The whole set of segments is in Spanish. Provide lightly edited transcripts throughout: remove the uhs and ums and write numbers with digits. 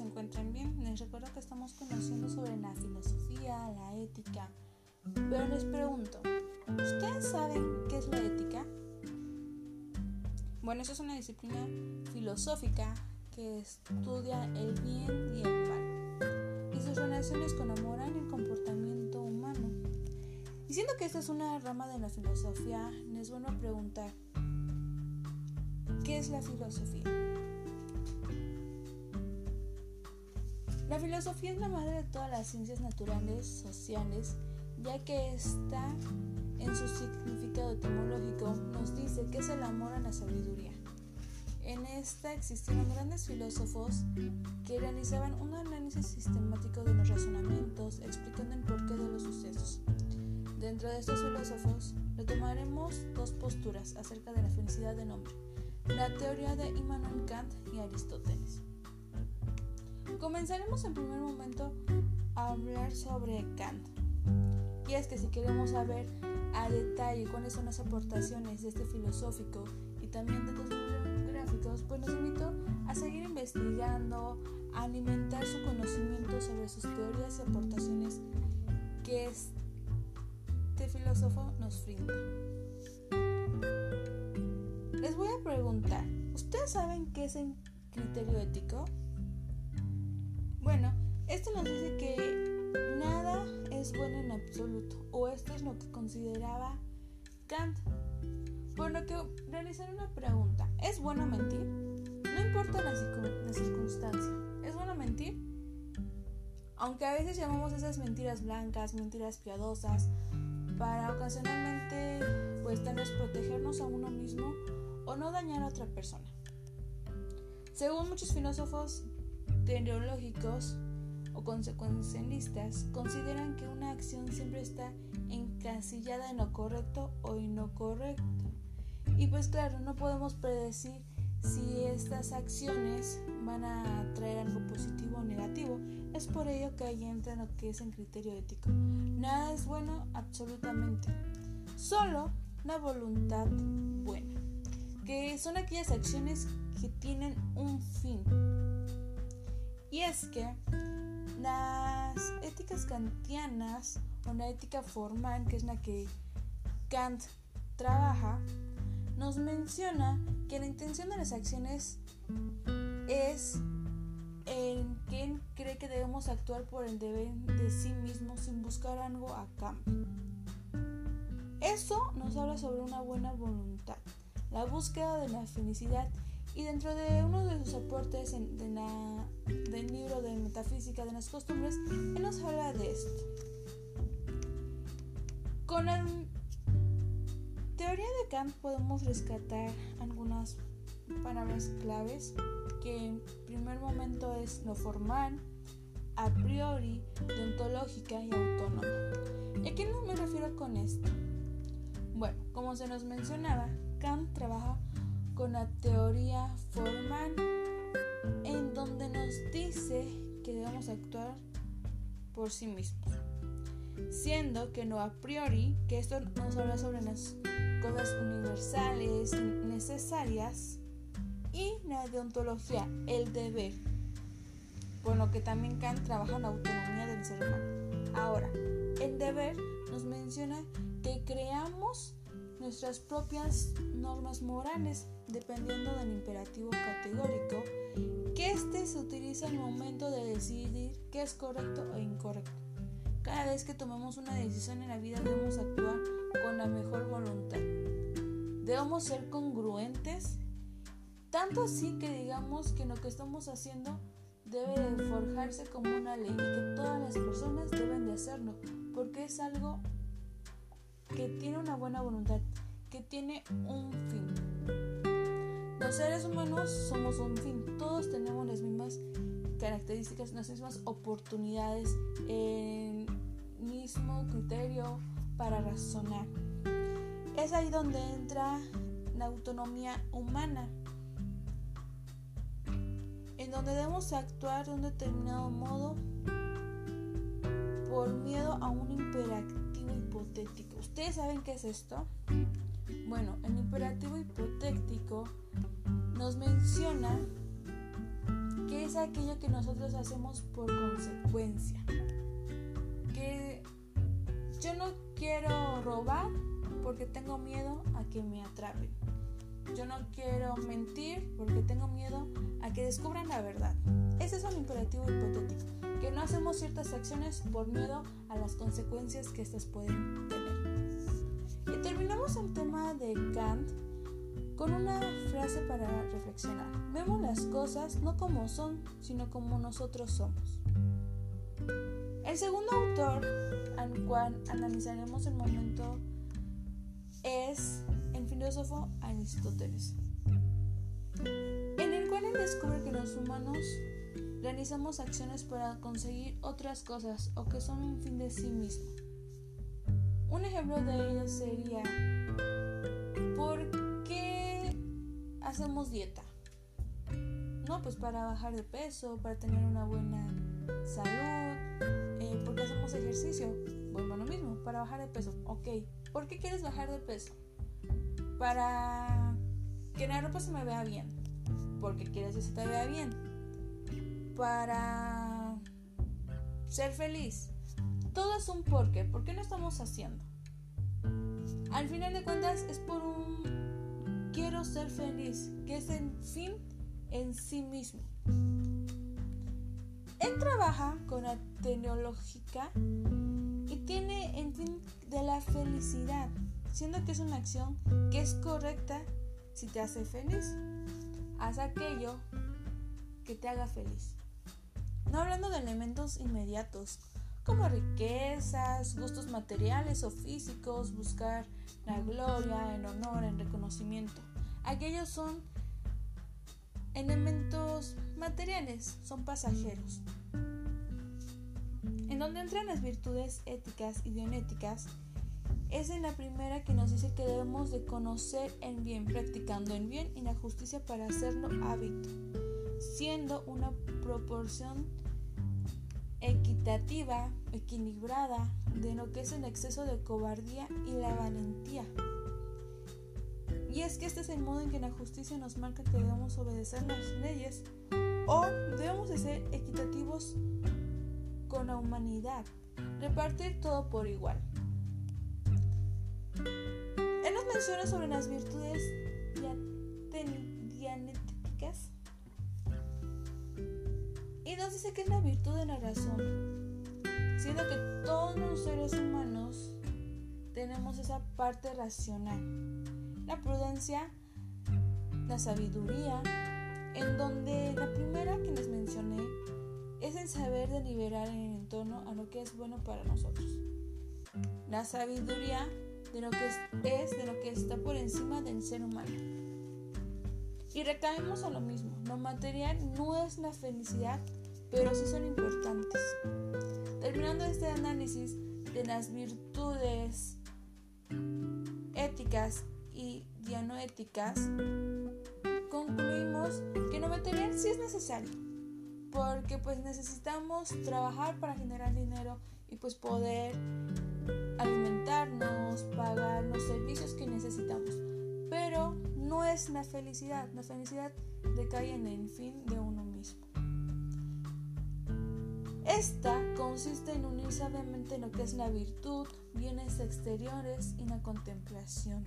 encuentren bien. Les recuerdo que estamos conociendo sobre la filosofía, la ética, pero les pregunto, ¿ustedes saben qué es la ética? Bueno, eso es una disciplina filosófica que estudia el bien y el mal y sus relaciones con la moral y el comportamiento humano. Y siendo que esta es una rama de la filosofía, les vuelvo a preguntar, ¿qué es la filosofía? La filosofía es la madre de todas las ciencias naturales, sociales, ya que está en su significado etimológico nos dice que es el amor a la sabiduría. En esta existieron grandes filósofos que realizaban un análisis sistemático de los razonamientos, explicando el porqué de los sucesos. Dentro de estos filósofos retomaremos dos posturas acerca de la felicidad del hombre: la teoría de Immanuel Kant y Aristóteles. Comenzaremos en primer momento a hablar sobre Kant. Y es que si queremos saber a detalle cuáles son las aportaciones de este filosófico y también de los bibliográficos, pues los invito a seguir investigando, a alimentar su conocimiento sobre sus teorías y aportaciones que este filósofo nos brinda. Les voy a preguntar, ¿ustedes saben qué es el criterio ético? Bueno, esto nos dice que nada es bueno en absoluto, o esto es lo que consideraba Kant. Por lo que realizar una pregunta: ¿es bueno mentir? No importa la circunstancia, ¿es bueno mentir? Aunque a veces llamamos esas mentiras blancas, mentiras piadosas, para ocasionalmente pues tal vez protegernos a uno mismo o no dañar a otra persona. Según muchos filósofos teleológicos o consecuencialistas, consideran que una acción siempre está encasillada en lo correcto o incorrecto. Y pues claro, no podemos predecir si estas acciones van a traer algo positivo o negativo. Es por ello que ahí entra lo que es el criterio ético. Nada es bueno absolutamente, solo la voluntad buena, que son aquellas acciones que tienen un fin. Y es que las éticas kantianas o la ética formal, que es la que Kant trabaja, nos menciona que la intención de las acciones es en que él cree que debemos actuar por el deber de sí mismo sin buscar algo a cambio. Eso nos habla sobre una buena voluntad, la búsqueda de la felicidad. Y dentro de uno de sus aportes del libro de Metafísica de las Costumbres, él nos habla de esto. Con la teoría de Kant podemos rescatar algunas palabras claves, que en primer momento es lo formal, a priori, deontológica y autónoma. ¿Y a qué no me refiero con esto? Bueno, como se nos mencionaba, Kant trabaja con la teoría formal, en donde nos dice que debemos actuar por sí mismos, siendo que no a priori, que esto nos habla sobre las cosas universales, necesarias, y la deontología, el deber, por lo que también Kant trabaja en la autonomía del ser humano. Ahora, el deber nos menciona que creamos nuestras propias normas morales dependiendo del imperativo categórico, que se utiliza en el momento de decidir qué es correcto o incorrecto. Cada vez que tomemos una decisión en la vida debemos actuar con la mejor voluntad. Debemos ser congruentes, tanto así que digamos que lo que estamos haciendo debe de forjarse como una ley y que todas las personas deben de hacerlo, porque es algo que tiene una buena voluntad, que tiene un fin. Los seres humanos somos un fin, todos tenemos las mismas características, las mismas oportunidades, el mismo criterio para razonar. Es ahí donde entra la autonomía humana, en donde debemos actuar de un determinado modo por miedo a un imperativo hipotético. ¿Ustedes saben qué es esto? Bueno, el imperativo hipotético nos menciona que es aquello que nosotros hacemos por consecuencia. Que yo no quiero robar porque tengo miedo a que me atrapen. Yo no quiero mentir porque tengo miedo a que descubran la verdad. Ese es un imperativo hipotético, que no hacemos ciertas acciones por miedo a las consecuencias que estas pueden tener. Y terminamos el tema de Kant con una frase para reflexionar. Vemos las cosas no como son, sino como nosotros somos. El segundo autor al cual analizaremos el momento es el filósofo Aristóteles, en el cual él descubre que los humanos realizamos acciones para conseguir otras cosas o que son un fin de sí mismo. Un ejemplo de ello sería: ¿por qué hacemos dieta? No, pues para bajar de peso, para tener una buena salud. ¿Por qué hacemos ejercicio? Vuelvo a lo mismo, para bajar de peso. Ok, ¿por qué quieres bajar de peso? Para que la ropa se me vea bien. Porque quieres que se te vea bien. Para ser feliz. Todo es un porqué. ¿Por qué lo estamos haciendo? Al final de cuentas es por un quiero ser feliz, que es el fin en sí mismo. Él trabaja con la teleológica y tiene el fin de la felicidad, siendo que es una acción que es correcta si te hace feliz. Haz aquello que te haga feliz. No hablando de elementos inmediatos como riquezas, gustos materiales o físicos, buscar la gloria, el honor, el reconocimiento. Aquellos son elementos materiales, son pasajeros. En donde entran las virtudes éticas y dionéticas, es en la primera que nos dice que debemos de conocer el bien, practicando el bien y la justicia para hacerlo hábito, siendo una proporción equitativa, equilibrada de lo que es el exceso de cobardía y la valentía. Y es que este es el modo en que la justicia nos marca que debemos obedecer las leyes o debemos de ser equitativos con la humanidad, repartir todo por igual. Él nos menciona sobre las virtudes dianéticas y nos dice que es la virtud de la razón, siendo que todos los seres humanos tenemos esa parte racional, la prudencia, la sabiduría, en donde la primera que les mencioné es el saber deliberar en el entorno a lo que es bueno para nosotros. La sabiduría de lo que está por encima del ser humano. Y recaemos a lo mismo, lo material no es la felicidad, pero sí son importantes. Terminando este análisis de las virtudes éticas y dianoéticas, concluimos que lo material sí es necesario, porque pues necesitamos trabajar para generar dinero y pues poder alimentarnos, pagar los servicios que necesitamos, pero no es la felicidad recae en el fin de uno mismo. Esta consiste en unir sabiamente lo que es la virtud, bienes exteriores y la contemplación.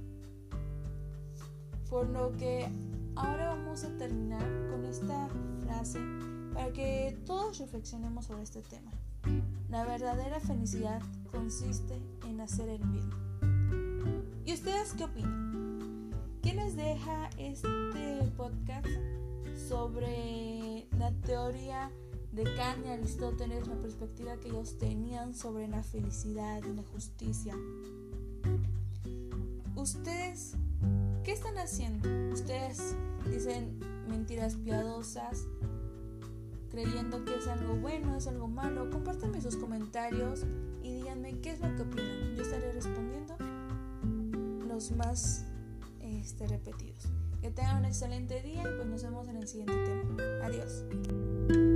Por lo que ahora vamos a terminar con esta frase para que todos reflexionemos sobre este tema. La verdadera felicidad consiste en hacer el bien. ¿Y ustedes qué opinan? ¿Qué les deja este podcast sobre la teoría de Kant y Aristóteles, la perspectiva que ellos tenían sobre la felicidad y la justicia? ¿Ustedes qué están haciendo? ¿Ustedes dicen mentiras piadosas, creyendo que es algo bueno, es algo malo? Compártanme sus comentarios y díganme qué es lo que opinan. Yo estaré respondiendo los más repetidos. Que tengan un excelente día y pues nos vemos en el siguiente tema. Adiós.